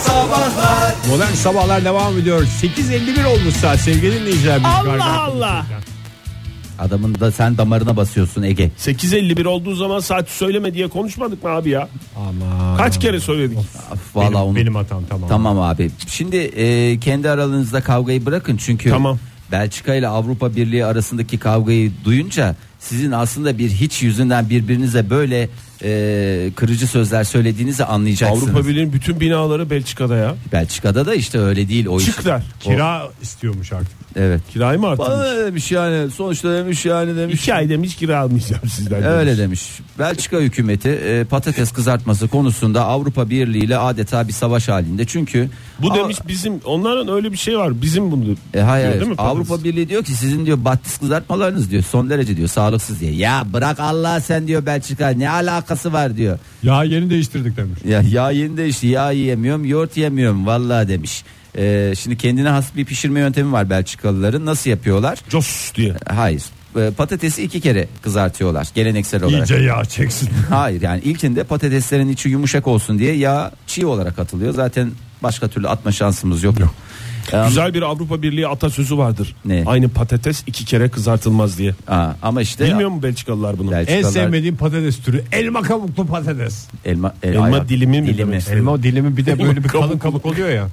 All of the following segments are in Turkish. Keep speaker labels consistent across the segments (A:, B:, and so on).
A: Sabahlar.
B: Modern Sabahlar devam ediyor. 8:51 olmuş saat sevgili dinleyiciler.
C: Allah Allah.
D: Adamın da sen damarına basıyorsun Ege.
C: 8:51 olduğu zaman saati söyleme diye konuşmadık mı abi ya?
B: Ama
C: Kaç kere söyledik?
D: Vallahi
B: benim hatam, tamam.
D: Tamam abi. Şimdi kendi aralığınızda kavgayı bırakın çünkü
C: Tamam.
D: Belçika ile Avrupa Birliği arasındaki kavgayı duyunca sizin aslında bir hiç yüzünden birbirinize böyle kırıcı sözler söylediğinizi anlayacaksınız.
C: Avrupa Birliği'nin bütün binaları Belçika'da ya.
D: Belçika'da da işte öyle değil o iş.
C: Çıklar.
B: Kira istiyormuş artık.
D: Evet.
C: Kirayı mı arttırmış?
D: Bana demiş yani sonuçta demiş
C: 2 ay demiş kira almayacağım sizden.
D: Öyle demiş. Belçika hükümeti patates kızartması konusunda Avrupa Birliği ile adeta bir savaş halinde. Çünkü
C: bu demiş bizim, onların öyle bir şey var. Bizim bunu.
D: Hayır.
C: Değil mi,
D: Avrupa Birliği diyor ki sizin diyor patates kızartmalarınız diyor son derece diyor sağlıksız diye. Ya bırak Allah sen diyor Belçika ne alakası var diyor.
B: Ya yeni değiştirdik demiş.
D: Ya yeni değişti. Yağ yiyemiyorum, yoğurt yiyemiyorum vallahi demiş. Şimdi kendine has bir pişirme yöntemi var Belçikalıların. Nasıl yapıyorlar?
C: Jos diye.
D: Hayır. Patatesi 2 kere kızartıyorlar geleneksel olarak.
B: İyice yağ çeksin.
D: Hayır yani ilkinde patateslerin içi yumuşak olsun diye yağ çiğ olarak atılıyor. Zaten başka türlü atma şansımız yok.
C: Güzel bir Avrupa Birliği atasözü vardır.
D: Ne?
C: Aynı patates 2 kere kızartılmaz diye.
D: Ama işte
C: bilmiyor mu Belçikalılar bunu?
B: En sevmediğim patates türü elma kabuklu patates.
D: Elma
C: dilimi mi demek?
B: Elma dilimi bir de böyle bir kalın kabuk oluyor ya.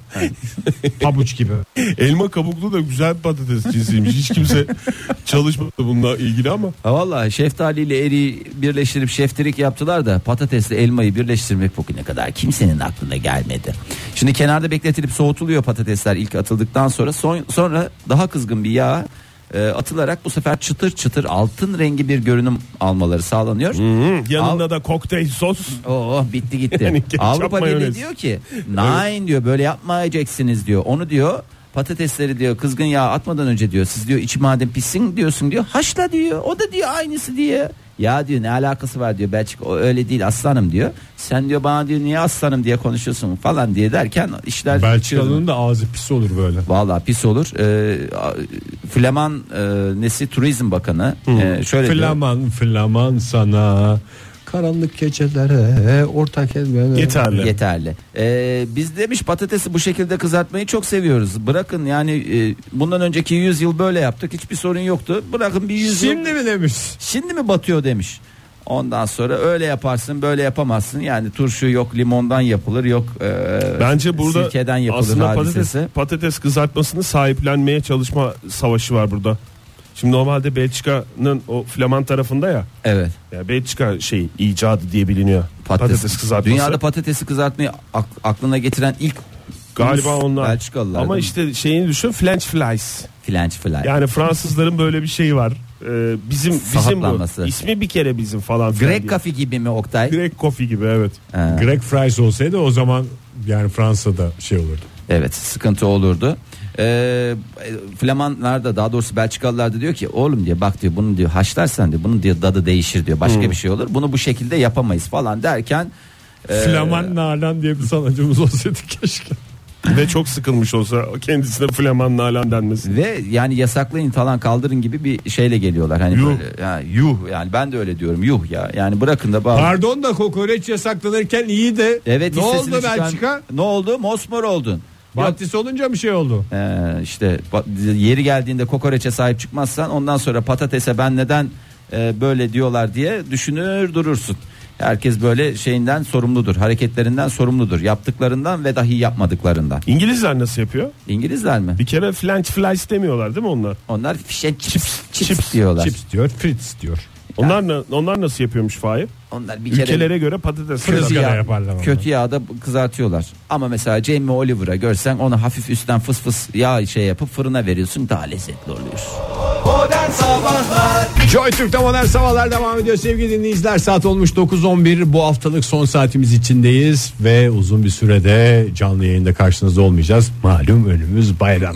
B: Pabuç gibi.
C: Elma kabuklu da güzel patates cinsiymiş. Hiç kimse çalışmadı bununla ilgili ama.
D: Vallahi şeftali ile eriği birleştirip şeftirik yaptılar da patatesle elmayı birleştirmek bugüne kadar kimsenin aklına gelmedi. Şimdi kenarda bekletilip soğutuluyor patatesler ilk atıldıktan sonra daha kızgın bir yağ atılarak bu sefer çıtır çıtır altın rengi bir görünüm almaları sağlanıyor.
C: Yanında da kokteyl sos.
D: Bitti gitti.
C: Yani
D: Avrupa Birliği diyor ki nein diyor böyle yapmayacaksınız diyor. Onu diyor patatesleri diyor kızgın yağ atmadan önce diyor siz diyor içi madem pişsin diyorsun diyor haşla diyor. O da diyor aynısı diye. Ya diyor ne alakası var diyor Belçika o öyle değil aslanım diyor. Sen diyor bana diyor niye aslanım diye konuşuyorsun falan diye derken işler.
B: Belçikalı'nın da ağzı pis olur böyle.
D: Vallahi pis olur. Flaman nesi Turizm Bakanı şöyle
B: Flaman sana karanlık gecelere ortak etmene.
D: Yeterli. Biz demiş patatesi bu şekilde kızartmayı çok seviyoruz. Bırakın yani bundan önceki 100 yıl böyle yaptık. Hiçbir sorun yoktu. Bırakın bir 100 yıl.
B: Şimdi mi demiş?
D: Şimdi mi batıyor demiş. Ondan sonra öyle yaparsın böyle yapamazsın. Yani turşu yok limondan yapılır yok
C: bence burada
D: sirkeden yapılır
C: aslında
D: hadisesi.
C: patates kızartmasını sahiplenmeye çalışma savaşı var burada. Şimdi normalde Belçika'nın o Flaman tarafında ya.
D: Evet.
C: Ya Belçika icadı diye biliniyor. Patates kızartması.
D: Dünyada patatesi kızartmayı aklına getiren ilk
C: galiba onlar.
D: Belçikalılar.
C: Ama işte şeyini düşün, French fries. Yani Fransızların böyle bir şeyi var. Bizim bu. İsmi bir kere bizim falan.
D: Grek Coffee gibi mi Oktay?
C: Grek Coffee gibi evet.
B: Grek fries olsaydı o zaman yani Fransa'da olurdu.
D: Evet sıkıntı olurdu. Flamanlar da daha doğrusu Belçikalılar da diyor ki oğlum diyor bak diyor bunu diyor haşlarsan diyor bunun diyor tadı değişir diyor başka bir şey olur bunu bu şekilde yapamayız falan derken
B: Flaman Nalan diye bir sanatçımız olsaydı keşke.
C: Ve çok sıkılmış olsa kendisine Flaman Nalan denmesi.
D: Ve yani yasaklayın falan kaldırın gibi bir şeyle geliyorlar hani böyle yani ben de öyle diyorum ya yani bırakın da
B: Pardon da kokoreç yasaklanırken iyi de
D: evet,
B: ne oldu Belçika?
D: Ne oldu? Mosmor oldun.
B: Battis olunca bir şey oldu.
D: İşte yeri geldiğinde kokoreçe sahip çıkmazsan ondan sonra patatese ben neden böyle diyorlar diye düşünür durursun. Herkes böyle şeyinden sorumludur, hareketlerinden sorumludur, yaptıklarından ve dahi yapmadıklarından.
C: İngilizler nasıl yapıyor?
D: İngilizler mi?
C: Bir kere French fries demiyorlar değil mi onlar?
D: Onlar fish and chips diyorlar.
B: Chips diyor, fritz diyor.
C: Onlar nasıl yapıyormuş Fahir?
D: Onlar bir kere
C: ülkelere göre patates
D: kötü yağda kızartıyorlar. Ama mesela Jamie Oliver'a görsen onu hafif üstten fıs fıs yağ yapıp fırına veriyorsun daha lezzetli oluyor.
A: Modern Sabahlar.
B: Joy Türk'te Modern Sabahlar devam ediyor sevgili dinleyiciler. Saat olmuş 9:11. Bu haftalık son saatimiz içindeyiz ve uzun bir sürede canlı yayında karşınızda olmayacağız. Malum önümüz bayram.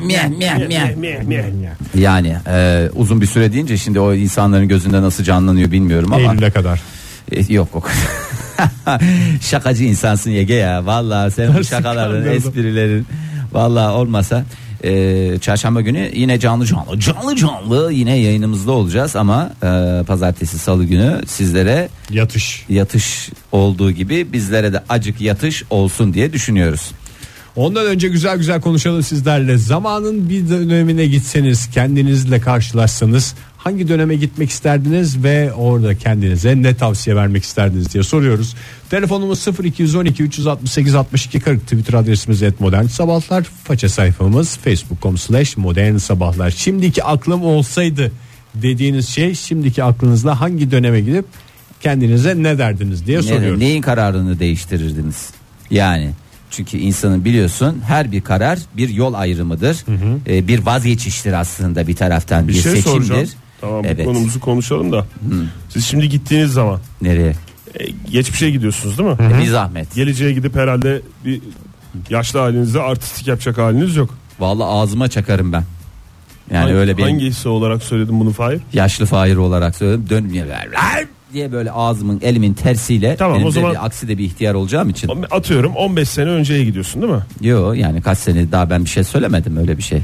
D: Yani uzun bir süre deyince şimdi o insanların gözünde nasıl canlanıyor bilmiyorum ama.
B: Eylül'e kadar.
D: Yok o kadar. Şakacı insansın Ege ya. Vallahi sen bu şakaların, esprilerin vallahi olmasa çarşamba günü yine canlı yine yayınımızda olacağız ama pazartesi salı günü sizlere yatış olduğu gibi bizlere de acık yatış olsun diye düşünüyoruz.
B: Ondan önce güzel güzel konuşalım sizlerle. Zamanın bir dönemine gitseniz, kendinizle karşılaşsanız hangi döneme gitmek isterdiniz ve orada kendinize ne tavsiye vermek isterdiniz diye soruyoruz. Telefonumuz 0212 368 62 40, Twitter adresimiz @modernsabahlar, faça sayfamız facebook.com/modernsabahlar. Şimdiki aklım olsaydı dediğiniz şey, şimdiki aklınızla hangi döneme gidip kendinize ne derdiniz diye soruyoruz.
D: Neyin kararını değiştirirdiniz? Yani çünkü insanın biliyorsun her bir karar bir yol ayrımıdır. Bir vazgeçiştir aslında, bir taraftan bir
C: şey
D: seçimdir.
C: Soracağım. Tamam, bu konumuzu konuşalım da. Siz şimdi gittiğiniz zaman
D: nereye?
C: Geçmişe gidiyorsunuz değil mi?
D: Bir zahmet.
C: Geleceğe gidip herhalde bir yaşlı halinizde artistik yapacak haliniz yok.
D: Vallahi ağzıma çakarım ben. Yani öyle bir.
C: Hangisi olarak söyledim bunu Fahir?
D: Yaşlı Fahir olarak söyledim. Dönmüyor diye böyle ağzımın elimin tersiyle.
C: Tamam,
D: benim
C: o zaman
D: aksi de bir ihtiyar olacağım için.
C: Atıyorum 15 sene önceye gidiyorsun değil mi?
D: Yo, yani kaç sene daha ben bir şey söylemedim, öyle bir şey.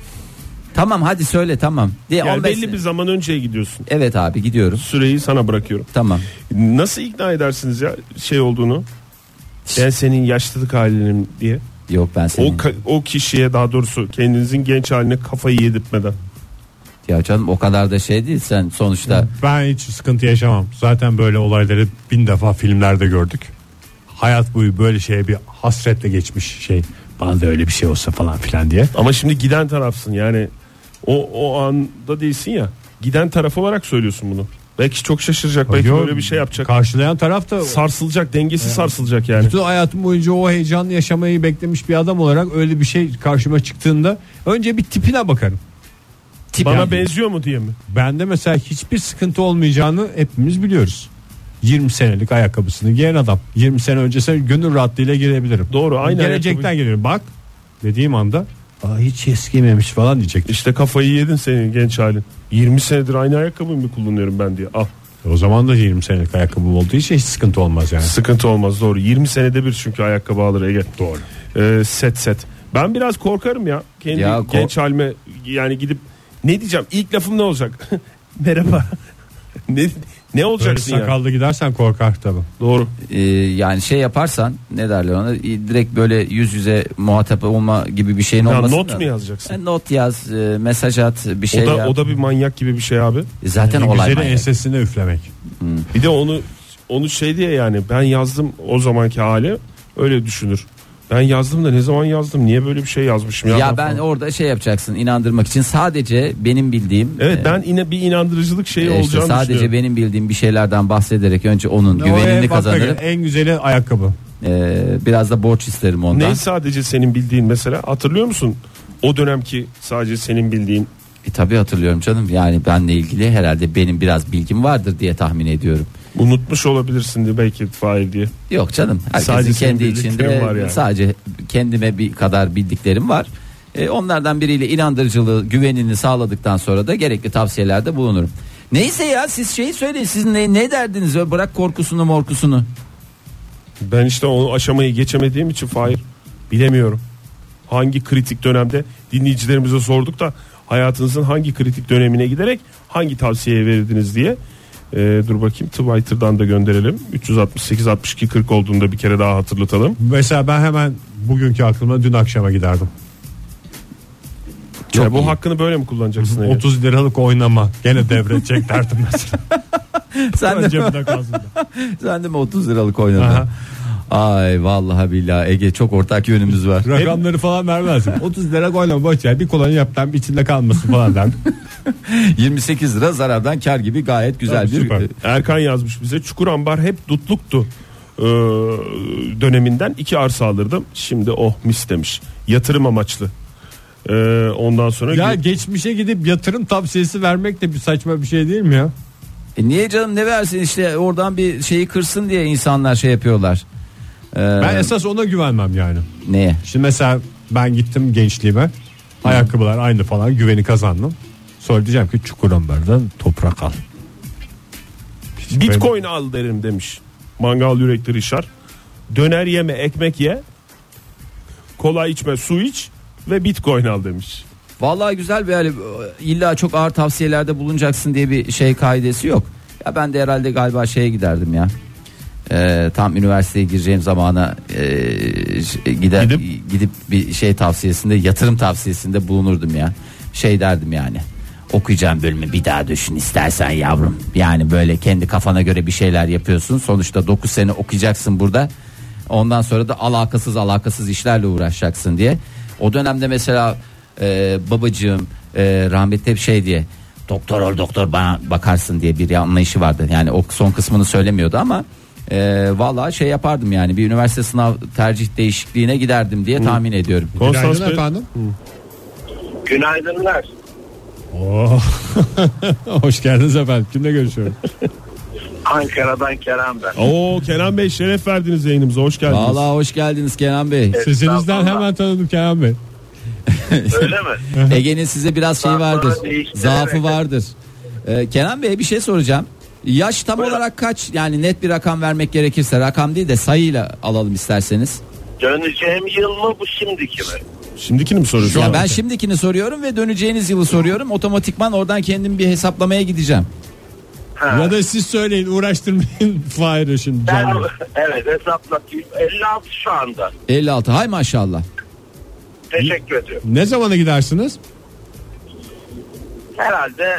D: Tamam hadi söyle, tamam.
C: Yani belli bir zaman önceye gidiyorsun.
D: Evet abi, gidiyoruz.
C: Süreyi sana bırakıyorum.
D: Tamam.
C: Nasıl ikna edersiniz ya şey olduğunu? Ben senin yaşlılık halinim diye.
D: Yok, ben senin.
C: O kişiye, daha doğrusu kendinizin genç haline kafayı yedirtmeden.
D: Ya canım, o kadar da şey değil, sen sonuçta.
B: Ben hiç sıkıntı yaşamam. Zaten böyle olayları 1000 defa filmlerde gördük. Hayat boyu böyle şeye bir hasretle geçmiş şey. Bana da öyle bir şey olsa falan filan diye.
C: Ama şimdi giden tarafsın yani. O anda değilsin ya. Giden taraf olarak söylüyorsun bunu. Belki çok şaşıracak, belki böyle bir şey yapacak.
B: Karşılayan taraf da
C: sarsılacak, dengesi sarsılacak yani.
B: Bütün hayatım boyunca o heyecanlı yaşamayı beklemiş bir adam olarak öyle bir şey karşıma çıktığında önce bir tipine bakarım.
C: Bana benziyor mu diye mi?
B: Bende mesela hiçbir sıkıntı olmayacağını hepimiz biliyoruz. 20 senelik ayakkabısını giyen adam. 20 sene öncesine gönül rahatlığıyla girebilirim.
C: Doğru, aynı
B: gelecekten geliyorum. Bak dediğim anda hiç eskimemiş falan diyecek.
C: İşte kafayı yedin senin genç halin. 20 senedir aynı ayakkabıyı mı kullanıyorum ben diye. Al.
B: O zaman da 20 senelik ayakkabı olduğu için hiç sıkıntı olmaz yani.
C: Sıkıntı olmaz, doğru. 20 senede bir çünkü ayakkabı alır Ege.
B: Doğru.
C: Set. Ben biraz korkarım ya. Kendi genç halime yani gidip ne diyeceğim? İlk lafım ne olacak? Merhaba. ne olacaksın ya?
B: Sakallı gidersen korkar tabii.
C: Doğru.
D: Yani şey yaparsan, ne derler ona, direkt böyle yüz yüze muhatap olma gibi bir şeyin olmasın.
C: Not mu yazacaksın?
D: Not yaz, mesaj at, bir şey yap.
C: O da bir manyak gibi bir şey abi.
D: Zaten
B: yani
D: olay
B: manyak.
D: manyak.
B: Ensesine üflemek.
C: Bir de onu şey diye, yani ben yazdım o zamanki hali, öyle düşünür. Ben yazdım da ne zaman yazdım, niye böyle bir şey yazmışım
D: ya ben falan. Orada şey yapacaksın, inandırmak için sadece benim bildiğim.
C: Evet, ben yine bir inandırıcılık şeyi olacağını
D: sadece benim bildiğim bir şeylerden bahsederek önce onun güvenini kazanırım.
B: En güzeli ayakkabı.
D: Biraz da borç isterim ondan.
C: Ne sadece senin bildiğin mesela, hatırlıyor musun? O dönemki sadece senin bildiğin.
D: Tabii hatırlıyorum canım, yani benle ilgili herhalde benim biraz bilgim vardır diye tahmin ediyorum.
C: Unutmuş olabilirsin diye belki Fahir diye.
D: Yok canım, herkesin sadece kendi içinde yani. Sadece kendime bir kadar bildiklerim var. Onlardan biriyle inandırıcılığı, güvenini sağladıktan sonra da gerekli tavsiyelerde bulunurum. Neyse ya, siz şeyi söyleyin, siz ne derdiniz, bırak korkusunu morkusunu.
C: Ben işte o aşamayı geçemediğim için Fahir bilemiyorum. Hangi kritik dönemde, dinleyicilerimize sorduk da hayatınızın hangi kritik dönemine giderek hangi tavsiyeyi verirdiniz diye. Dur bakayım, Twitter'dan da gönderelim. 368 62 40 olduğunda bir kere daha hatırlatalım.
B: Mesela ben hemen bugünkü aklıma dün akşama giderdim.
C: Ya bu hakkını böyle mi kullanacaksın?
B: 30 liralık oynama gene devredecek derdim mesela.
D: Sen de mi 30 liralık oynadın? Ay vallahi billahi Ege, çok ortak yönümüz var.
B: Rakamları falan vermezdim. 30 lira oynama, boş ver, bir kolonya yaptan içinde kalmasın falan derdim.
D: 28 lira zarardan kar gibi, gayet güzel bir.
C: Süper. Erkan yazmış bize, Çukurambar hep dutluktu. Döneminden 2 arsa alırdım. Şimdi mis demiş. Yatırım amaçlı. Ondan sonra
B: ya geçmişe gidip yatırım tavsiyesi vermek de bir saçma bir şey değil mi ya?
D: Niye canım, ne versin, işte oradan bir şeyi kırsın diye insanlar şey yapıyorlar.
B: Ben esas ona güvenmem yani.
D: Neye?
B: Şimdi mesela ben gittim gençliğime, ayakkabılar aynı falan, güveni kazandım. Sonra diyeceğim ki Çukurambar'dan toprak al.
C: Bitcoin al derim demiş Mangal Yürekli Rişar. Döner yeme, ekmek ye, kola içme, su iç ve Bitcoin al demiş.
D: Vallahi güzel bir, yani illa çok ağır tavsiyelerde bulunacaksın diye bir şey kaidesi yok. Ya ben de herhalde galiba şeye giderdim ya. Tam üniversiteye gireceğim zamana gidip bir şey tavsiyesinde, yatırım tavsiyesinde bulunurdum ya. Şey derdim yani. Okuyacağım bölümü bir daha düşün istersen yavrum. Yani böyle kendi kafana göre bir şeyler yapıyorsun. Sonuçta 9 sene okuyacaksın burada. Ondan sonra da alakasız işlerle uğraşacaksın diye. O dönemde mesela babacığım rahmetli hep şey diye, doktor ol doktor bana bakarsın diye bir anlayışı vardı. Yani o son kısmını söylemiyordu ama vallahi şey yapardım yani, bir üniversite sınav tercih değişikliğine giderdim diye tahmin ediyorum.
B: Günaydın efendim.
E: Günaydınlar.
B: Hoş geldiniz efendim. Kimle görüşüyorum?
E: Ankara'dan Kerem ben.
C: Oo Kenan Bey, şeref verdiniz yayınımıza, hoş geldiniz.
D: Vallahi hoş geldiniz Kenan Bey.
B: Sesinizden hemen tanıdım Kenan Bey.
E: Öyle mi?
D: Ege'nin size biraz şey vardır, zaafı vardır. Kenan Bey bir şey soracağım. Yaş tam olarak kaç? Yani net bir rakam vermek gerekirse, rakam değil de sayıyla alalım isterseniz.
E: Döneceğim yıl mı bu, şimdiki mi?
C: Şimdikini mi soruyorsun?
D: Ya ben şimdikini soruyorum ve döneceğiniz yılı soruyorum. Otomatikman oradan kendim bir hesaplamaya gideceğim.
E: Ha.
B: Ya da siz söyleyin, uğraştırmayın Fahir'i şimdi.
E: Evet, hesaplatayım. 56 şu anda.
D: 56, hay maşallah.
E: Teşekkür ediyorum.
B: Ne zamana gidersiniz?
E: Herhalde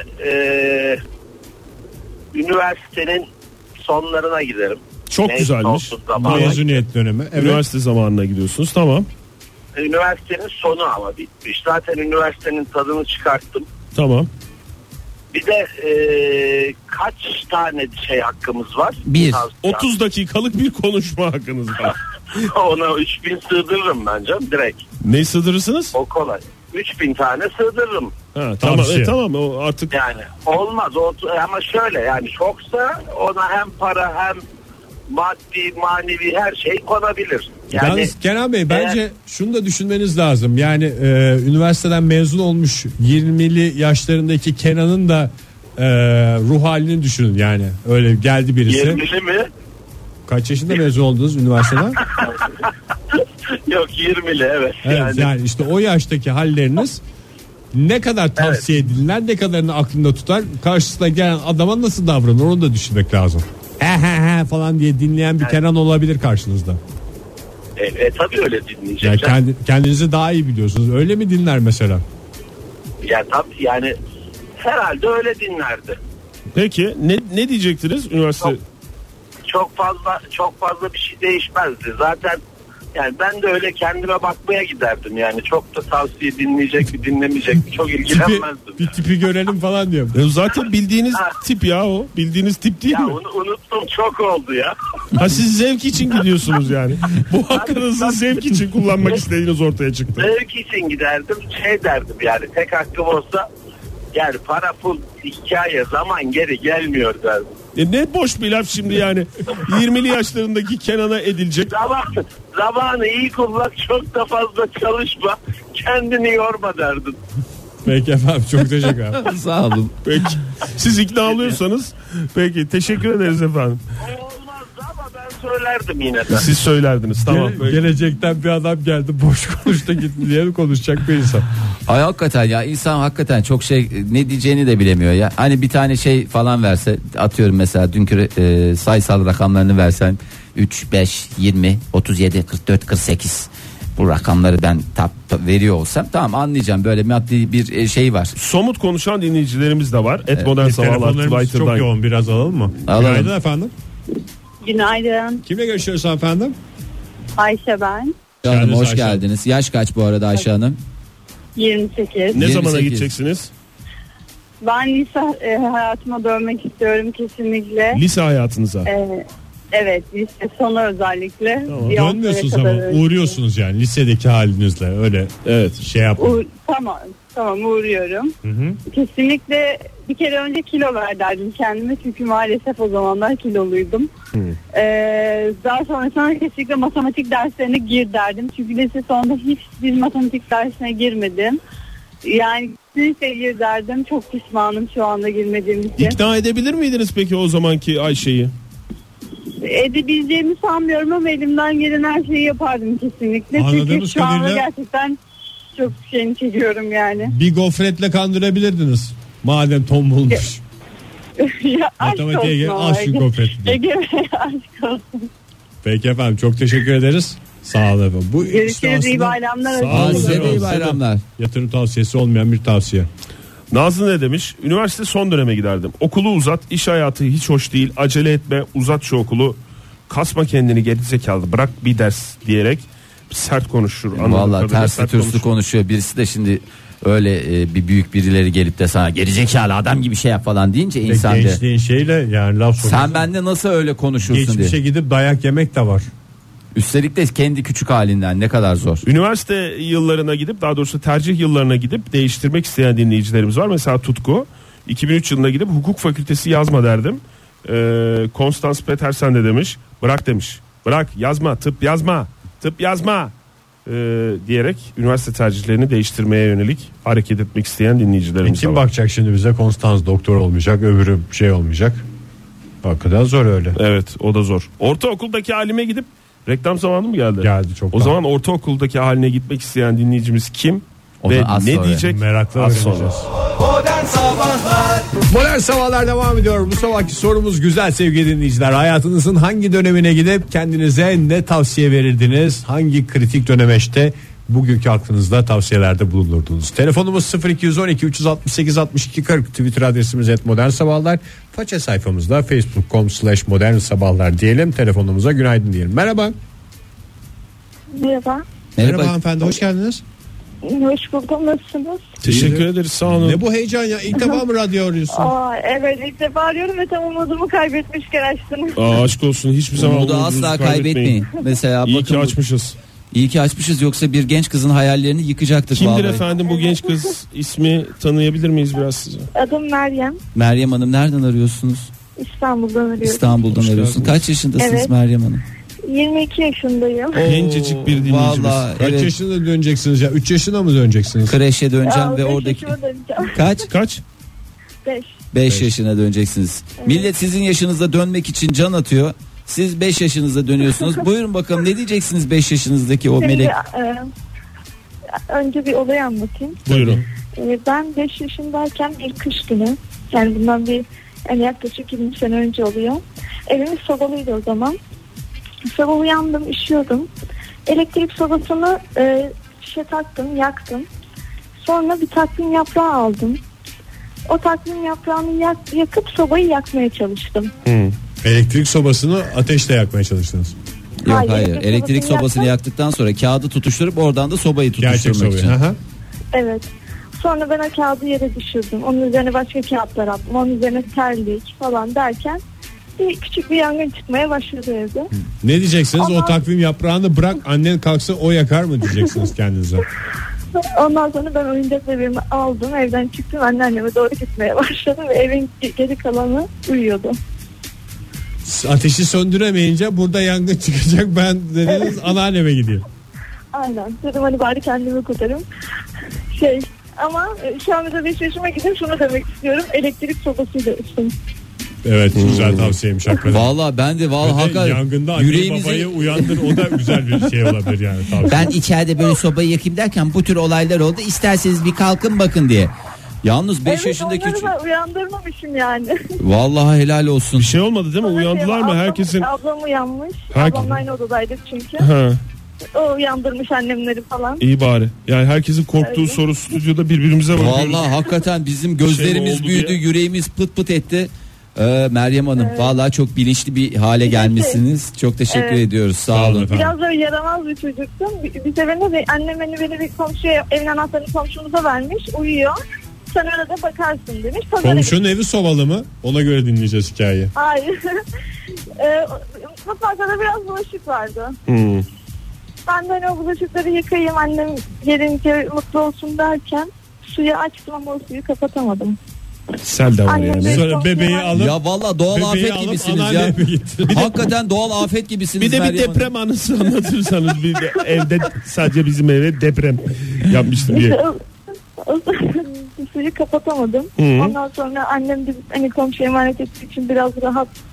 E: üniversitenin sonlarına giderim.
C: Çok
E: Mezun
C: güzelmiş.
E: olduğum zamana.
B: Mezuniyet dönemi. Evet.
C: Üniversite zamanına gidiyorsunuz, tamam.
E: Üniversitenin sonu ama bitmiş. Zaten üniversitenin tadını çıkarttım.
C: Tamam.
E: Bir de kaç tane şey hakkımız var?
D: Bir.
C: 30 dakikalık bir konuşma hakkınız var.
E: Ona 3000 sığdırırım ben canım direkt.
C: Ne sığdırırsınız?
E: O kolay. 3000 tane sığdırırım.
C: Ha, tamam
B: Tavsiye.
C: tamam, o artık
E: Yani olmaz ama şöyle, yani çoksa ona hem para hem maddi manevi her şey konabilir. Yani
B: Yalnız Kenan Bey bence şunu da düşünmeniz lazım. Yani üniversiteden mezun olmuş 20'li yaşlarındaki Kenan'ın da ruh halini düşünün yani. Öyle geldi birisi.
E: 20'li mi?
B: Kaç yaşında mezun oldunuz üniversiteden?
E: Yok 20'li evet.
B: Evet, yani işte o yaştaki halleriniz ne kadar tavsiye edilirler, ne kadarını aklında tutar, karşısına gelen adama nasıl davranır onu da düşünmek lazım. He falan diye dinleyen bir Kenan olabilir karşınızda.
E: Tabii öyle
B: Yani
E: dinleyecek.
B: kendinizi daha iyi biliyorsunuz. Öyle mi dinler mesela?
E: Yani tabii, yani herhalde öyle dinlerdi.
C: peki ne diyecektiniz üniversite?
E: Çok fazla bir şey değişmezdi. Zaten yani ben de öyle kendime bakmaya giderdim. Yani çok da tavsiye dinleyecek mi dinlemeyecek mi çok ilgilenmezdim.
B: Bir tipi görelim falan diyor.
C: Zaten bildiğiniz tip ya o. Bildiğiniz tip değil
E: Ya
C: mi?
E: onu unuttum, çok oldu ya.
C: Ha, siz zevk için gidiyorsunuz yani. Bu hakkınızı zevk için kullanmak istediğiniz ortaya çıktı.
E: Zevk için giderdim, şey derdim yani, tek hakkım olsa yani para pul hikaye, zaman geri gelmiyor derdim.
C: Ne boş bir laf şimdi yani. 20'li yaşlarındaki Kenan'a edilecek.
E: Zamanı iyi kullan, çok da fazla çalışma, kendini yorma derdim.
B: Peki efendim, çok teşekkür ederim.
D: Sağ olun.
C: Peki. Siz ikna oluyorsanız peki, teşekkür ederiz efendim.
E: Olmazdı ama ben söylerdim yine de.
C: Siz söylerdiniz, tamam.
B: Gelecekten bir adam geldi, boş konuştu gitti diye konuşacak bir insan.
D: Ay hakikaten ya, insan hakikaten çok şey, ne diyeceğini de bilemiyor ya. Hani bir tane şey falan verse, atıyorum mesela dünkü sayısal rakamlarını versen 3, 5, 20, 37, 44, 48 bu rakamları ben veriyor olsam tamam, anlayacağım, böyle maddi bir şey var.
C: Somut konuşan dinleyicilerimiz de var. Modern Sabahlar
B: Telefonlarımız
C: Twitter'dan.
B: çok yoğun, biraz alalım mı?
D: Alalım.
B: Günaydın efendim.
F: Günaydın.
B: Kimle görüşüyoruz efendim?
F: Ayşe ben.
D: Hanım hoş
B: Ayşe.
D: geldiniz. Yaş kaç bu arada Ayşe Hanım?
F: 28.
C: Ne
D: 28.
C: zamana gideceksiniz?
F: Ben lise hayatıma dönmek istiyorum kesinlikle.
C: Lise hayatınıza.
F: Evet, lise sonu özellikle.
B: Tamam.
F: Bir 10
B: Dönmüyorsunuz
F: sene
B: ama
F: kadar önce.
B: uğruyorsunuz yani lisedeki halinizle, öyle
C: Evet.
B: şey yapın.
F: Tamam uğruyorum. Kesinlikle bir kere önce kilo ver derdim kendime, çünkü maalesef o zamanlar kiloluydum. Daha sonrasında kesinlikle matematik derslerine gir derdim. Çünkü lise sonunda hiç bir matematik dersine girmedim. Yani kesinlikle gir derdim. Çok pişmanım şu anda girmediğim için.
C: İkna edebilir miydiniz peki o zamanki Ayşe'yi?
F: Edebileceğimi sanmıyorum ama elimden gelen her şeyi yapardım kesinlikle. Çünkü
B: Anladığımız
F: şu anda
B: kadarıyla
F: gerçekten çok şeyini çekiyorum yani.
B: Bir gofretle kandırabilirdiniz madem tombulmuş.
F: Ya, aşk
B: Matematiğe gel,
F: olsun
B: al
F: ama
B: şu gofret diye.
F: Ege Bey, aşk olsun.
B: Peki efendim, çok teşekkür ederiz. Sağ olun efendim. Bu
F: Görüşürüz,
B: işte
F: iyi
B: aslında
F: bayramlar.
B: Sağ olun.
D: Size de iyi bayramlar.
B: yatırım tavsiyesi olmayan bir tavsiye.
C: Nazlı ne demiş? Üniversite son döneme giderdim. Okulu uzat, iş hayatı hiç hoş değil. Acele etme, uzat şu okulu. Kasma kendini gerizekalı, bırak bir ders diyerek sert konuşur.
D: Vallahi tersli türlü konuşuyor. Birisi de şimdi öyle bir büyük birileri gelip de sana gerizekalı adam gibi şey yap falan deyince insan de
B: Gençliğin şeyle yani laf sokuyor.
D: sen bende nasıl öyle konuşursun
B: Geçmişe
D: diye.
B: gidip dayak yemek de var.
D: Üstelik de kendi küçük halinden ne kadar zor.
C: Üniversite yıllarına gidip, daha doğrusu tercih yıllarına gidip değiştirmek isteyen dinleyicilerimiz var. Mesela Tutku 2003 yılına gidip hukuk fakültesi yazma derdim. Konstans Petersen de demiş, bırak demiş. Bırak, yazma, tıp yazma. Tıp yazma. Diyerek üniversite tercihlerini değiştirmeye yönelik hareket etmek isteyen dinleyicilerimiz
B: Kim
C: var.
B: bakacak şimdi bize? Konstans doktor olmayacak, öbürü şey olmayacak. Hakikaten zor öyle.
C: Evet, o da zor. Ortaokuldaki halime gidip reklam zamanı mı geldi?
B: Geldi çok.
C: O zaman ortaokuldaki haline gitmek isteyen dinleyicimiz kim?
D: O
C: Ve
D: da az
C: ne
D: sonra.
C: diyecek?
B: Merakla
C: Az
B: öğreneceğiz.
C: sonra.
A: Modern Sabahlar
B: Modern Sabahlar devam ediyor. Bu sabahki sorumuz güzel sevgili dinleyiciler. Hayatınızın hangi dönemine gidip kendinize ne tavsiye verirdiniz? Hangi kritik dönemeçte bugünkü aklınızda tavsiyelerde bulunurdunuz? Telefonumuz 0212 368 62 40. Twitter adresimiz @modernsabahlar. Faça sayfamızda facebook.com/modernsabahlar diyelim. Telefonumuza günaydın diyelim. Merhaba.
F: Merhaba.
B: Merhaba hanımefendi, hoş geldiniz.
F: Hoş buldum. Nasılsınız?
C: Teşekkür ederiz, sağ olun.
B: Ne bu heyecan ya? İlk defa mı radyo arıyorsun?
F: Evet, ilk defa arıyorum ve tam umudumu kaybetmişken açtınız.
C: Aşk olsun, hiçbir zaman
D: Umudu
C: umudunuzu
D: asla kaybetmeyin. Mesela
C: İyi
D: bakın
C: ki açmışız.
D: iyi ki açmışız, yoksa bir genç kızın hayallerini yıkacaktık.
C: Kimdir
D: vallahi.
C: efendim bu genç kız? İsmi tanıyabilir miyiz biraz size?
F: Adım Meryem.
D: Meryem Hanım, nereden arıyorsunuz?
F: İstanbul'dan arıyorum.
D: İstanbul'dan
C: Hoş
D: arıyorsun.
C: geldiniz.
D: Kaç yaşındasınız
F: Evet.
D: Meryem Hanım?
F: 22 yaşındayım.
C: Gencecik bir dinleyicimiz.
D: Vallahi
B: Kaç
D: evet.
B: yaşında döneceksiniz ya? 3 yaşına mı döneceksiniz?
D: Kreşe döneceğim ve
F: Beş
D: oradaki
F: yaşıma döneceğim.
D: kaç?
C: Kaç?
F: 5.
D: 5 yaşına döneceksiniz. Millet sizin yaşınızda dönmek için can atıyor. Siz 5 yaşınızda dönüyorsunuz. Buyurun bakalım, ne diyeceksiniz 5 yaşınızdaki o melek?
F: Önce bir olay anlatayım.
C: Buyurun.
F: Ben 5 yaşındayken bir kış günü, yani bundan yaklaşık 20 sene önce oluyor. Evimiz sobalıydı o zaman. Sabah uyandım, üşüyordum. Elektrik sobasını taktım, yaktım. Sonra bir takvim yaprağı aldım. O takvim yaprağını yakıp sobayı yakmaya çalıştım.
B: Elektrik sobasını ateşle yakmaya çalıştınız.
D: Yok
F: Hayır,
D: hayır.
F: elektrik
D: Elektrik
F: sobasını
D: sobasını
F: yaktım.
D: yaktıktan sonra kağıdı tutuşturup oradan da sobayı
B: Gerçek
D: tutuşturmak
B: sobayı.
D: için.
B: Aha.
F: Evet. Sonra ben o kağıdı yere düşürdüm. Onun üzerine başka kağıtlar attım. Onun üzerine terlik falan derken küçük bir yangın çıkmaya başladı evde.
B: Ne diyeceksiniz?
F: Ama-
B: O takvim yaprağını bırak, annen kalksa o yakar mı diyeceksiniz kendinize?
F: Ondan sonra ben oyuncak bebeğimi aldım, evden çıktım, anneanneme doğru gitmeye başladım ve evin geri kalanı uyuyordu.
B: Ateşi söndüremeyince burada yangın çıkacak, ben dediniz anneanneme gideyim.
F: Aynen. Dedim hani bari kendimi kurtarayım. Ama şu anda 5 yaşıma gidip şunu demek istiyorum. Elektrik sobasıyla ısın.
B: Evet, güzel tavsiyeymiş hakikaten.
D: Vallahi ben de vallahi
B: Ve de
D: hakikaten
B: yangında anneyi babayı uyandır, o da güzel bir şey olabilir yani. Tavsiye.
D: ben içeride böyle sobayı yakayım derken bu tür olaylar oldu. İsterseniz bir kalkın bakın diye. Yalnız 5
F: Evet,
D: yaşındaki
F: onları da uyandırmamışım yani.
D: vallahi helal olsun.
C: Bir şey olmadı değil mi? Uyandılar mı? Herkesin...
F: Ablam uyanmış.
C: Herkes-
F: Ablamla aynı odadaydık çünkü.
C: Ha,
F: O uyandırmış annemleri falan.
C: iyi bari. Yani herkesin korktuğu
F: Öyle.
C: soru stüdyoda birbirimize bakıyoruz.
D: Vallahi hakikaten bizim
C: şey
D: gözlerimiz
C: oldu
D: büyüdü,
C: diye.
D: yüreğimiz pıt pıt etti. Meryem Hanım vallahi çok bilinçli bir hale gelmişsiniz. Çok teşekkür
F: Evet.
D: ediyoruz. Sağ
B: Sağ olun
D: olun.
B: efendim.
F: Biraz böyle yaramaz bir çocuktum. Bir seferinde de annem beni bir komşuya, evin anahtarını komşumuza vermiş. Uyuyor. Sen arada bakarsın demiş.
B: Komşunun evi sobalı mı? Ona göre dinleyeceğiz hikayeyi.
F: Hayır. Mutfakta da biraz bulaşık vardı.
C: Hmm.
F: Ben de hani o bulaşıkları yıkayayım, annem gelince mutlu olsun derken suyu açtım ama o suyu kapatamadım.
C: Sel de var
F: Annem
C: yani.
F: de-
B: Sonra bebeği alıp
D: Ya vallahi doğal
B: bebeği
D: afet
B: alıp
D: gibisiniz ya.
B: anneanneme gitti.
D: Hakikaten doğal afet gibisiniz.
C: Bir de bir
D: Meryem Hanım.
C: deprem anısı anlatırsanız, bir de evde sadece bizim eve deprem yapmıştım diye.
F: O suyu kapatamadım.
C: Hı.
F: Ondan sonra annem de hani komşuya emanet ettiği için biraz rahat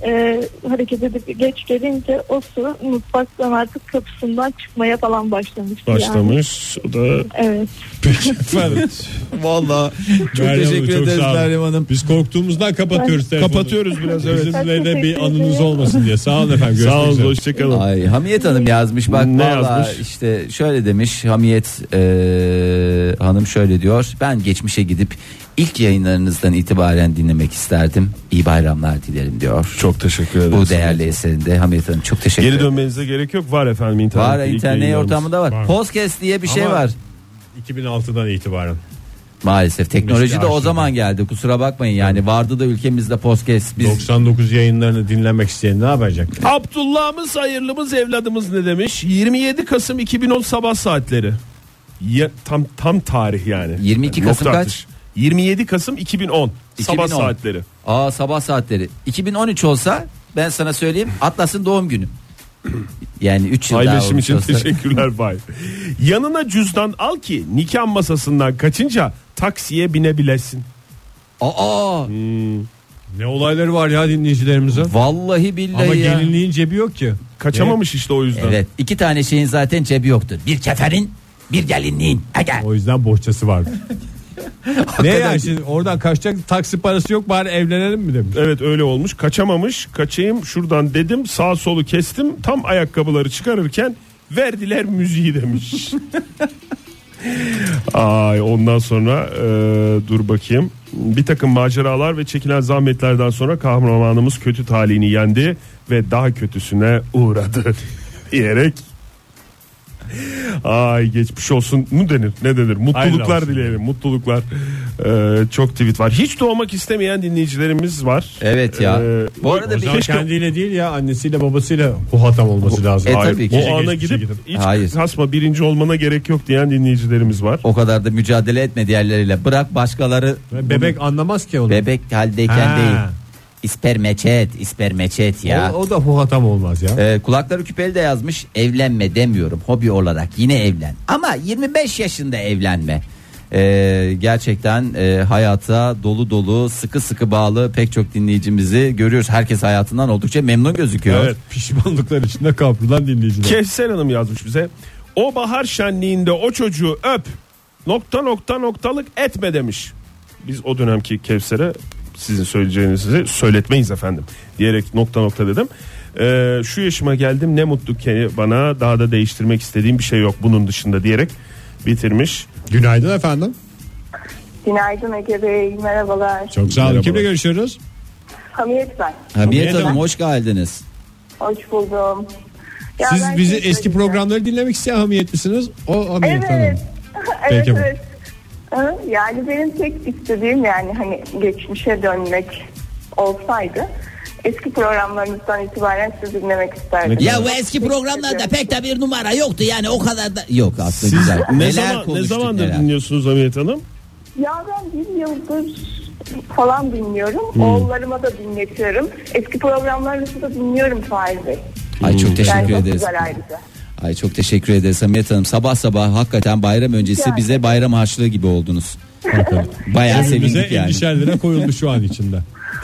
F: hareket edip geç gelince o su mutfaktan artık kapısından çıkmaya falan başlamıştı.
C: Başlamış. O da
F: Evet.
B: Peki efendim.
D: Vallahi çok
B: Meryem Hanım,
D: teşekkür
B: çok
D: ederiz
B: sağ olun.
D: Meryem Hanım.
B: Biz korktuğumuzdan kapatıyoruz telefonu.
C: kapatıyoruz biraz, evet.
B: Bizimle de bir
F: Teşekkür
B: anınız
F: ederim.
B: olmasın diye. Sağ olun efendim.
C: Sağ olun,
B: Görüşmek üzere.
C: hoşçakalın.
D: Ay, Hamiyet Hanım yazmış bak,
C: Ne
D: vallahi
C: yazmış?
D: işte şöyle demiş Hamiyet Hanım, şöyle diyor: ben geçmişe gidip ilk yayınlarınızdan itibaren dinlemek isterdim, iyi bayramlar dilerim diyor.
C: Çok teşekkür ederim.
D: Bu değerli eserinde Hamiyet Hanım çok teşekkür
C: Geri
D: ederim.
C: dönmenize gerek yok, var efendim internet.
D: Var, internet ortamında var.
B: Var.
D: Podcast diye bir şey
B: Ama-
D: var.
B: 2006'dan itibaren.
D: Maalesef teknoloji de o
B: arşivde.
D: zaman geldi, kusura bakmayın yani, vardı da ülkemizde podcast. Biz
B: 99 yayınlarını dinlemek isteyen ne yapacak?
C: Abdullah'ımız, hayırlımız, evladımız ne demiş? 27 Kasım 2010 sabah saatleri. Ya, tam tarih yani.
D: 22
C: Nokta
D: Kasım kaç?
C: atış. 27 Kasım 2010 sabah
D: 2010.
C: saatleri.
D: sabah saatleri 2013 olsa ben sana söyleyeyim, Atlas'ın doğum günü. Yani 3 yıl daha
C: Paylaşım
D: olmuş
C: için
D: olsa.
C: teşekkürler bay. Yanına cüzdan al ki nikah masasından kaçınca taksiye binebilesin.
D: Aa,
B: Ne olayları var ya dinleyicilerimizin.
D: vallahi billahi
B: Ama
D: ya.
B: gelinliğin cebi yok ki.
C: Kaçamamış işte o yüzden.
D: Evet, 2 tane şeyin zaten cebi yoktur. Bir keferin, bir gelinliğin. Aga.
B: O yüzden bohçası vardı. Ne yani şimdi oradan kaçacak taksi parası yok, bari evlenelim mi demiş.
C: Evet, öyle olmuş. Kaçamamış. Kaçayım şuradan dedim. Sağ solu kestim. Tam ayakkabıları çıkarırken verdiler müziği demiş. Ay, ondan sonra dur bakayım. Bir takım maceralar ve çekilen zahmetlerden sonra kahramanımız kötü talihini yendi ve daha kötüsüne uğradı diyerek. Ay, geçmiş olsun mu denir, ne denir, mutluluklar
B: Hayırlı olsun.
C: dileyelim, mutluluklar. Çok tweet var, hiç doğmak istemeyen dinleyicilerimiz var.
D: Evet ya. Bu arada
B: O
D: bir
B: zaman kendiyle değil ya, annesiyle babasıyla huhatam olması lazım.
D: Hayır, tabii ki.
C: O ana
B: Geçmişe
C: gidip
B: gidip.
C: hiç
D: Hayır.
C: kasma, birinci olmana gerek yok diyen dinleyicilerimiz var.
D: o kadar da mücadele etme diğerleriyle. Bırak başkaları.
B: Ve bebek anlamaz ki onu.
D: Bebek haldeyken
B: Ha.
D: değil. İspermeçet ya.
B: O da huhatam olmaz ya.
D: Kulakları küpeli de yazmış, evlenme demiyorum, hobi olarak yine evlen ama 25 yaşında evlenme. Gerçekten hayata dolu dolu, sıkı sıkı bağlı pek çok dinleyicimizi görüyoruz. Herkes hayatından oldukça memnun gözüküyor.
C: Evet.
B: Pişmanlıklar içinde kaprulan dinleyiciler.
C: Kevser Hanım yazmış bize. O bahar şenliğinde o çocuğu öp. Noktalık etme demiş. Biz o dönemki Kevser'e sizin söyleyeceğinizi söyletmeyiz efendim diyerek nokta dedim. Şu yaşıma geldim, ne mutlu ki bana, daha da değiştirmek istediğim bir şey yok bunun dışında diyerek bitirmiş.
B: Günaydın efendim.
F: Günaydın Ege Bey, merhabalar.
B: Çok sağ olun.
C: Merhabalar.
B: Kimle görüşüyoruz?
F: Hamiyet ben.
D: Hamiyet
B: Hamiyet
D: Hanım, hoş geldiniz.
F: Hoş buldum. Ya
B: Siz
F: ben
B: bizi
F: şey
B: eski
F: söyleyeceğim.
B: programları dinlemek isteyen Hamiyet misiniz? O Hamiyet Hanım.
F: Evet.
B: Peki.
F: evet. Yani benim tek istediğim, yani hani geçmişe dönmek olsaydı eski programlarınızdan itibaren sizi dinlemek isterdim.
D: Ya bu eski programlarda pek de bir numara yoktu yani, o kadar da yok aslında. Güzel.
C: Ne
D: Neler konuştuk,
C: zamandır
D: neler.
C: dinliyorsunuz Hamiyet Hanım?
F: Ya ben bir yıldır falan dinliyorum. Oğullarıma da dinletiyorum. Eski programlarınızı da dinliyorum Fahir Bey.
D: Ay çok teşekkür
F: Yani çok
D: ederiz.
F: güzel ayrıca.
D: Ay çok teşekkür ederiz Hamiyet Hanım. Sabah sabah hakikaten bayram öncesi
F: Yani.
D: bize bayram harçlığı gibi oldunuz. Bayağı
B: Bize
D: sevindik yani.
B: 50'şer lira koyuldu şu an içinde.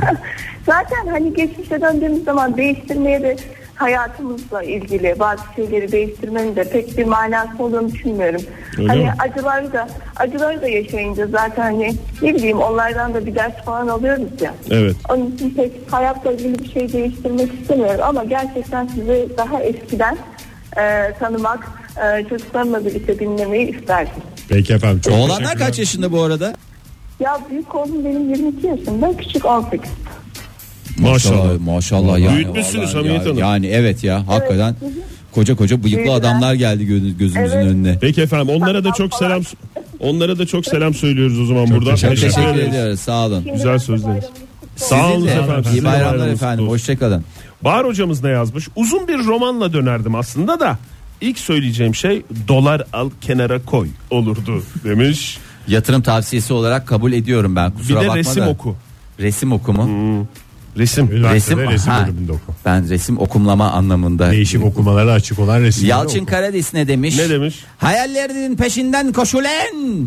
F: Zaten hani geçmişe döndüğümüz zaman değiştirmeye de, hayatımızla ilgili bazı şeyleri değiştirmenin de pek bir manası olduğunu düşünmüyorum.
C: Öyle
F: hani
C: mi?
F: acıları da yaşayınca zaten hani ne bileyim, onlardan da bir ders falan alıyoruz ya.
C: Evet.
F: Onun için pek hayatla ilgili bir şey değiştirmek istemiyorum ama gerçekten sizi daha eskiden tanımak, çocuklarımla birlikte dinlemeyi isterdim.
B: Peki efendim. Çok
D: Oğlanlar
B: teşekkürler.
D: kaç yaşında bu arada?
F: Ya büyük oğlum benim 22 yaşında, küçük 18.
C: Maşallah.
D: Maşallah yani.
C: Büyütmüşsünüz
D: Vallahi
C: Hamiyet Hanım.
D: Yani evet ya, hakikaten
F: Evet.
D: koca bıyıklı
F: Büyüdüler.
D: adamlar geldi gözümüzün
F: Evet.
D: önüne.
C: Peki efendim, onlara da çok selam söylüyoruz o zaman buradan.
D: Çok teşekkür
C: ederiz.
D: ediyoruz, sağ olun.
C: Güzel sözleriniz. Sağ
D: Sizin
C: olun
D: de
C: efendim.
D: iyi
C: Sizin de
D: bayramlar
C: bayramınız
D: efendim,
C: kutlu olsun.
D: hoşçakalın.
C: Bahar hocamız ne yazmış? Uzun bir romanla dönerdim aslında da ilk söyleyeceğim şey dolar al kenara koy olurdu demiş.
D: Yatırım tavsiyesi olarak kabul ediyorum ben,
C: Bir
D: kusura
C: de
D: bakma
C: resim
D: da.
C: oku.
D: Resim oku mu?
C: Resim.
B: Üniversitede resim
D: ha.
B: bölümünde oku.
D: Ben resim okumlama anlamında.
B: Değişik okumalara açık olan resimleri
D: Yalçın
B: oku.
D: Karadis ne demiş?
C: Ne demiş?
D: Hayallerinin peşinden koşulen.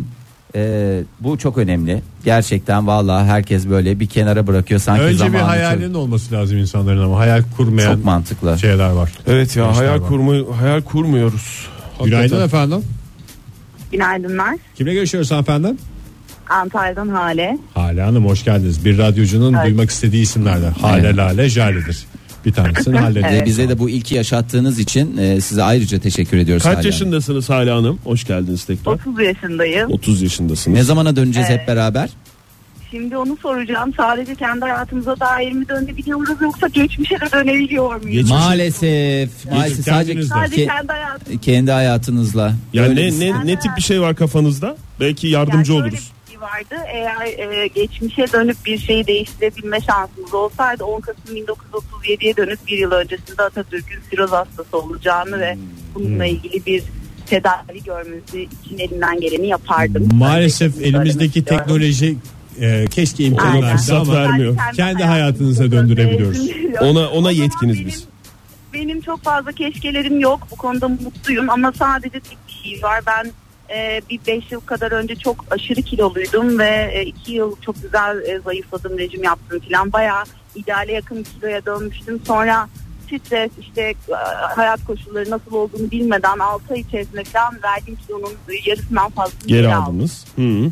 D: Bu çok önemli. Gerçekten vallahi herkes böyle bir kenara bırakıyor sanki
B: Önce
D: zamanı
B: bir hayalinin olması lazım insanların ama hayal kurmayan
D: çok mantıklı.
B: şeyler var.
C: Evet ya,
B: Gençler
C: hayal kurmuyoruz.
B: Günaydın
C: Hakikaten.
B: efendim.
F: Günaydınlar.
B: Kimle görüşüyoruz hanımefendi?
F: Antalya'dan Hale.
B: Hale Hanım hoş geldiniz. Bir radyocunun
F: Evet.
B: duymak istediği isimlerden. Hale,
D: Evet.
B: Lale, Jale'dir. Bir tanesini halledin.
F: Evet.
D: Bize de bu ilki yaşattığınız için size ayrıca teşekkür ediyoruz.
C: Kaç
D: Hala.
C: yaşındasınız Hale Hanım? Hoş geldiniz tekrar.
F: 30 yaşındayım.
C: 30 yaşındasınız.
D: Ne zamana döneceğiz hep beraber?
F: Şimdi onu soracağım. Sadece kendi hayatımıza dair mi dönebiliyoruz yoksa geçmişe de dönebiliyor muyuz?
D: Maalesef sadece
B: kendinizle.
F: Sadece
D: ke-
F: kendi hayatım.
D: kendi hayatınızla.
C: Ya
D: Öyle-
C: ne tip bir şey var kafanızda? Belki yardımcı
F: şöyle
C: oluruz.
F: bir şey vardı. Eğer geçmişe dönüp bir şeyi değiştirebilme şansımız olsaydı 10 Kasım 1937'ye dönüp bir yıl öncesinde Atatürk'ün siroz hastası olacağını ve bununla ilgili bir tedavi görmesi için elimden geleni yapardım.
B: Maalesef
F: Öyle
B: elimizdeki
F: istiyorum.
B: teknoloji keşke imkan
F: Aynen.
B: verse ama
C: vermiyor.
B: kendi hayatınıza döndürebiliyoruz.
C: Ona
F: O zaman
C: yetkiniz biz.
F: Benim çok fazla keşkelerim yok. Bu konuda mutluyum ama sadece tek bir şey var. Ben bir 5 yıl kadar önce çok aşırı kiloluydum ve 2 yıl çok güzel zayıfladım, rejim yaptım falan. Bayağı ideale yakın kiloya dönmüştüm. Sonra stres, işte hayat koşulları nasıl olduğunu bilmeden 6 ay içerisinde falan verdiğim kilonun yarısından fazlasını
C: Geri
F: aldım.
C: aldınız.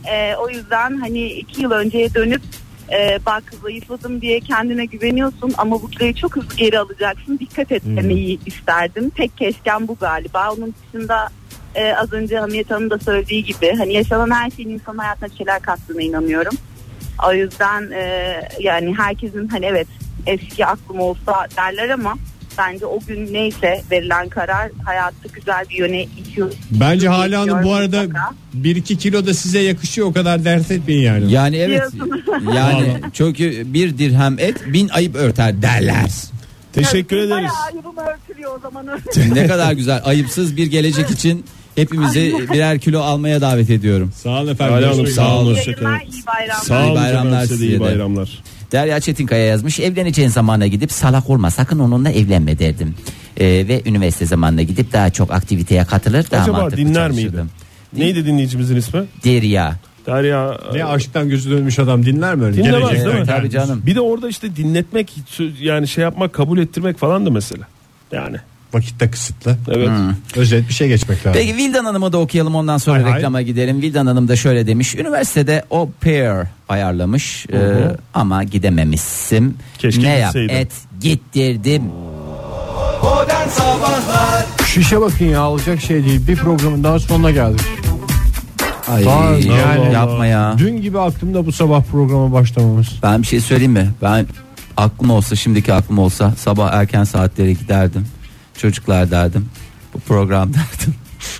F: O yüzden hani 2 yıl önceye dönüp bak zayıfladım diye kendine güveniyorsun ama bu kiloyu çok hızlı geri alacaksın. Dikkat et demeyi isterdim. Tek keşkem bu galiba. Onun dışında az önce Hamiyet Hanım da söylediği gibi hani yaşanan her şeyin insan hayatına bir şeyler kattığına inanıyorum. O yüzden yani herkesin hani evet eski aklım olsa derler ama bence o gün neyse verilen karar hayatı güzel bir yöne itiyor.
B: Bence Hale Hanım bu arada
F: Mutlaka.
B: 1-2 kilo da size yakışıyor, o kadar dert etmeyin yani.
D: Yani evet.
F: Diyorsun.
D: Yani çünkü bir dirhem et 1000 ayıp örter derler.
C: Teşekkür
F: Evet,
C: ederiz.
F: bayağı ayıbım örtülüyor o zaman.
D: Ne kadar güzel. Ayıpsız bir gelecek için hepimizi birer kilo almaya davet ediyorum.
B: Sağ olun efendim.
C: Hale Hanım,
B: Görüşmek
C: sağ olun.
B: üzere.
C: Hoşçakalın.
F: İyi bayramlar.
C: Sağ olun.
D: İyi bayramlar
C: Size de iyi
D: size de.
C: bayramlar.
D: Derya Çetinkaya yazmış. Evleneceğin zamana gidip salak olma, sakın onunla evlenme derdim. Ve üniversite zamanına gidip daha çok aktiviteye katılır, daha
C: Acaba
D: mantıklı
C: dinler miydi?
D: çalışırdım.
C: Neydi dinleyicimizin ismi?
D: Derya.
C: Derya.
B: Ne aşktan gözü dönmüş adam dinler mi öyle?
C: Dinlemez,
B: Gelecekten
C: değil mi?
B: gelmiş.
D: Tabii canım.
C: Bir de orada işte dinletmek, yani şey yapmak, kabul ettirmek falan da mesele. Yani
B: Vakit de kısıtlı.
C: evet.
B: Özet bir şey geçmek lazım.
D: Peki Vildan Hanım'ı da okuyalım, ondan sonra
B: Hay hay.
D: reklama gidelim. Vildan Hanım da şöyle demiş. Üniversitede au pair ayarlamış ama gidememişsin.
C: Keşke
D: ne yap
C: gitseydin.
D: et gittirdim.
A: Modern Sabahlar
B: Şişe bakın ya, alacak şey değil. Bir programın daha sonuna geldik.
D: Ay,
B: yani
D: yapma ya.
B: Dün gibi aklımda bu sabah programa başlamamız.
D: Ben bir şey söyleyeyim mi? Ben aklım olsa, şimdiki aklım olsa sabah erken saatlere giderdim. Çocuklar derdim. Bu program derdim.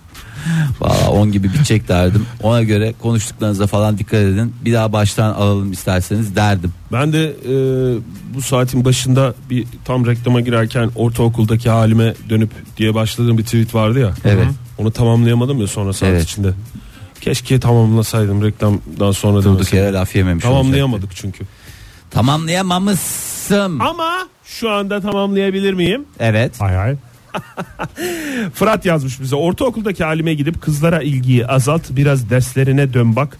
D: Valla 10 gibi bitecek derdim. Ona göre konuştuklarınıza falan dikkat edin. Bir daha baştan alalım isterseniz derdim.
C: Ben de bu saatin başında bir tam reklama girerken ortaokuldaki halime dönüp diye başladığım bir tweet vardı ya.
D: Evet.
C: Onu tamamlayamadım ya sonra saat
D: Evet.
C: içinde. Keşke tamamlasaydım reklamdan sonra
D: Durduk
C: demeseydim.
D: yere laf yememiş olacak.
C: Tamamlayamadık çünkü.
D: Tamamlayamamışsın.
C: Ama şu anda tamamlayabilir miyim?
D: Evet.
B: Hay hay.
C: Fırat yazmış bize. Ortaokuldaki halime gidip kızlara ilgiyi azalt, biraz derslerine dön bak.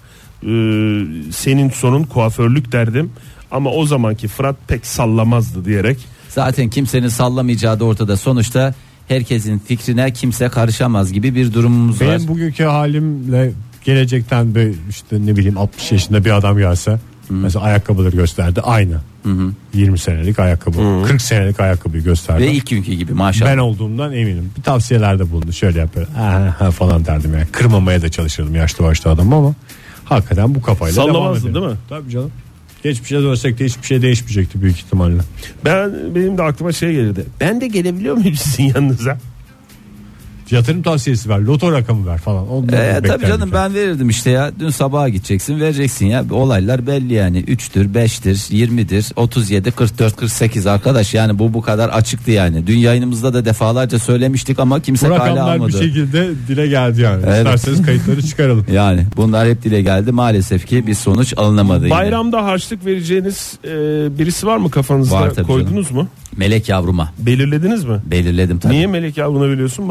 C: Senin sonun kuaförlük derdim. Ama o zamanki Fırat pek sallamazdı diyerek.
D: Zaten kimsenin sallamayacağı da ortada. Sonuçta herkesin fikrine kimse karışamaz gibi bir durumumuz var.
B: Benim bugünkü halimle gelecekten bir işte ne bileyim 60 yaşında bir adam gelse mesela ayakkabıları gösterdi aynı. 20 senelik ayakkabı, 40 senelik ayakkabıyı gösterdi.
D: Ve ilk günkü gibi maşallah.
B: Ben olduğumdan eminim. Bir tavsiyelerde bulundu. Şöyle yapıyor. Falan derdim yani. Kırmamaya da çalışırdım yaşlı başlı adam ama hakikaten bu kafayla devam
C: Sallamazdın
B: edelim.
C: değil mi?
B: Tabii canım. Geçmişe dönsek de hiçbir şey değişmeyecekti büyük ihtimalle.
C: Benim de aklıma şey gelirdi. Ben de gelebiliyor muyum sizin yanınıza?
B: Yatırım tavsiyesi ver, loto rakamı ver falan. Onları
D: Tabii
B: beklerdik
D: canım
B: yani.
D: ben verirdim işte ya. Dün sabaha gideceksin, vereceksin ya. Olaylar belli yani. 3'tür, 5'tir, 20'dir, 37, 44, 48 arkadaş. Yani bu kadar açıktı yani. Dün yayınımızda da defalarca söylemiştik ama kimse
B: Bu
D: kale
B: rakamlar
D: almadı.
B: bir şekilde dile geldi yani.
D: Evet.
B: İsterseniz kayıtları çıkaralım.
D: Yani bunlar hep dile geldi. Maalesef ki bir sonuç alınamadı. yine.
C: Bayramda harçlık vereceğiniz birisi var mı kafanızda?
D: Var tabii
C: Koydunuz mu?
D: Melek yavruma
C: Belirlediniz mi?
D: belirledim tabii.
C: Niye melek yavruna biliyorsun? Maksat bir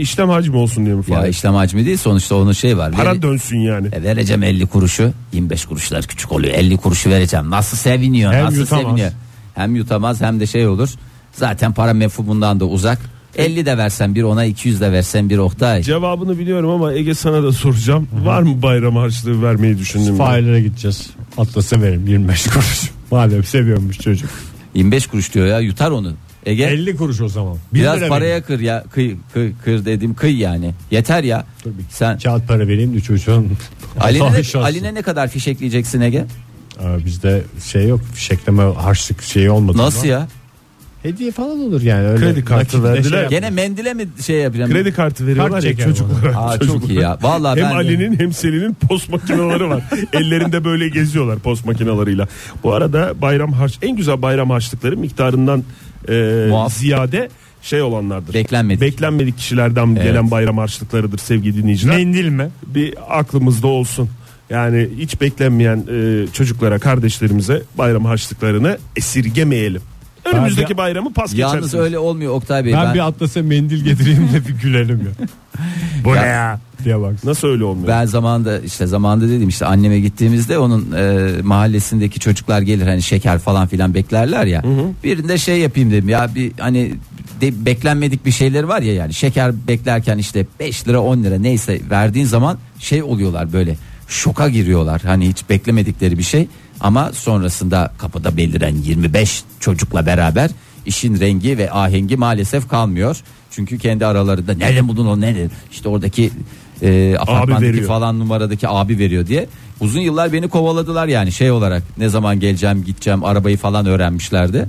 C: işlem hacmi olsun diye mi?
D: Ya işlem hacmi değil, sonuçta onun şey var.
C: Para dönsün yani.
D: Vereceğim 50 kuruşu. 25 kuruşlar küçük oluyor. 50 kuruşu vereceğim. Nasıl seviniyor?
B: Hem
D: nasıl
B: yutamaz.
D: seviniyor? Hem yutamaz hem de şey olur. Zaten para mefhumundan da uzak. 50 de versen bir ona, 200 de versen bir Oktay.
C: Cevabını biliyorum ama Ege sana da soracağım. Var mı bayram harçlığı vermeyi düşündün?
B: Faillere gideceğiz. Atlas'a verin 25 kuruş. Madem seviyormuş çocuk.
D: 25 kuruş diyor ya, yutar onu. Ege
B: 50 kuruş o zaman.
D: biraz
B: lira
D: paraya
B: vereyim.
D: kır ya. Kır dediğim kıy yani. Yeter ya. Sen
B: Kağıt para vereyim de çocuğun.
D: Ali'ne ne kadar fişekleyeceksin Ege?
B: Bizde şey yok. Fişekleme harçlık şeyi olmadı.
D: Nasıl
B: ama.
D: ya?
B: Hediye falan olur yani. Öyle
C: Kredi kartı
B: nakitle
C: verdiler.
B: şey
D: Gene mendile mi şey yapacağım?
C: Kredi kartı veriyorlar
B: Kart
C: ya
B: çeker
C: çocuklara.
D: Aa, çok iyi ya. Vallahi
C: Hem
D: ben
C: Ali'nin hem Selin'in post makineleri var. Ellerinde böyle geziyorlar post makinalarıyla. Bu arada bayram en güzel bayram harçlıkları miktarından
D: Muaf.
C: ziyade şey olanlardır.
D: Beklenmedik.
C: Kişilerden gelen bayram harçlıklarıdır sevgili dinleyiciler.
B: Mendil mi?
C: Bir aklımızda olsun. Yani hiç beklenmeyen çocuklara, kardeşlerimize bayram harçlıklarını esirgemeyelim. Önümüzdeki bayramı pas geçersiniz.
D: Yalnız öyle olmuyor Oktay Bey.
B: Ben bir Atlas'a mendil getireyim de bir gülelim ya. Bu ne ya diye bak.
C: Nasıl öyle olmuyor?
D: Ben zamanında dedim işte anneme gittiğimizde onun mahallesindeki çocuklar gelir hani şeker falan filan beklerler ya. Birinde şey yapayım dedim ya, bir hani beklenmedik bir şeyler var ya, yani şeker beklerken işte 5 lira 10 lira neyse verdiğin zaman şey oluyorlar, böyle şoka giriyorlar. Hani hiç beklemedikleri bir şey ama sonrasında kapıda beliren 25 çocukla beraber işin rengi ve ahengi maalesef kalmıyor. Çünkü kendi aralarında nereden buldun o, nereden işte oradaki apartmandaki falan numaradaki abi veriyor diye uzun yıllar beni kovaladılar yani şey olarak, ne zaman geleceğim gideceğim, arabayı falan öğrenmişlerdi.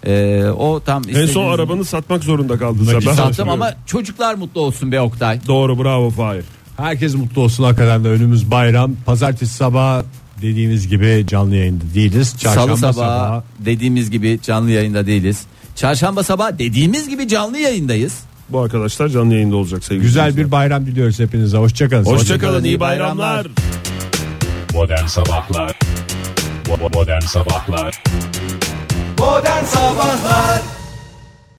D: O tam
C: en son arabanı satmak zorunda kaldın.
D: Sattım ama çocuklar mutlu olsun be Oktay.
C: Doğru, bravo Fahir.
B: Herkes mutlu olsun, hakikaten de önümüz bayram. Pazartesi sabah dediğimiz gibi canlı yayında değiliz. Çarşamba
D: Salı sabah dediğimiz gibi canlı yayında değiliz. Çarşamba sabah dediğimiz gibi canlı yayındayız.
C: Bu arkadaşlar canlı yayında olacak sevgili.
B: Güzel bir bayram diliyoruz hepinize. Hoşçakalın.
C: Hoşçakalın, iyi bayramlar.
G: Modern Sabahlar. Modern Sabahlar.
A: Modern Sabahlar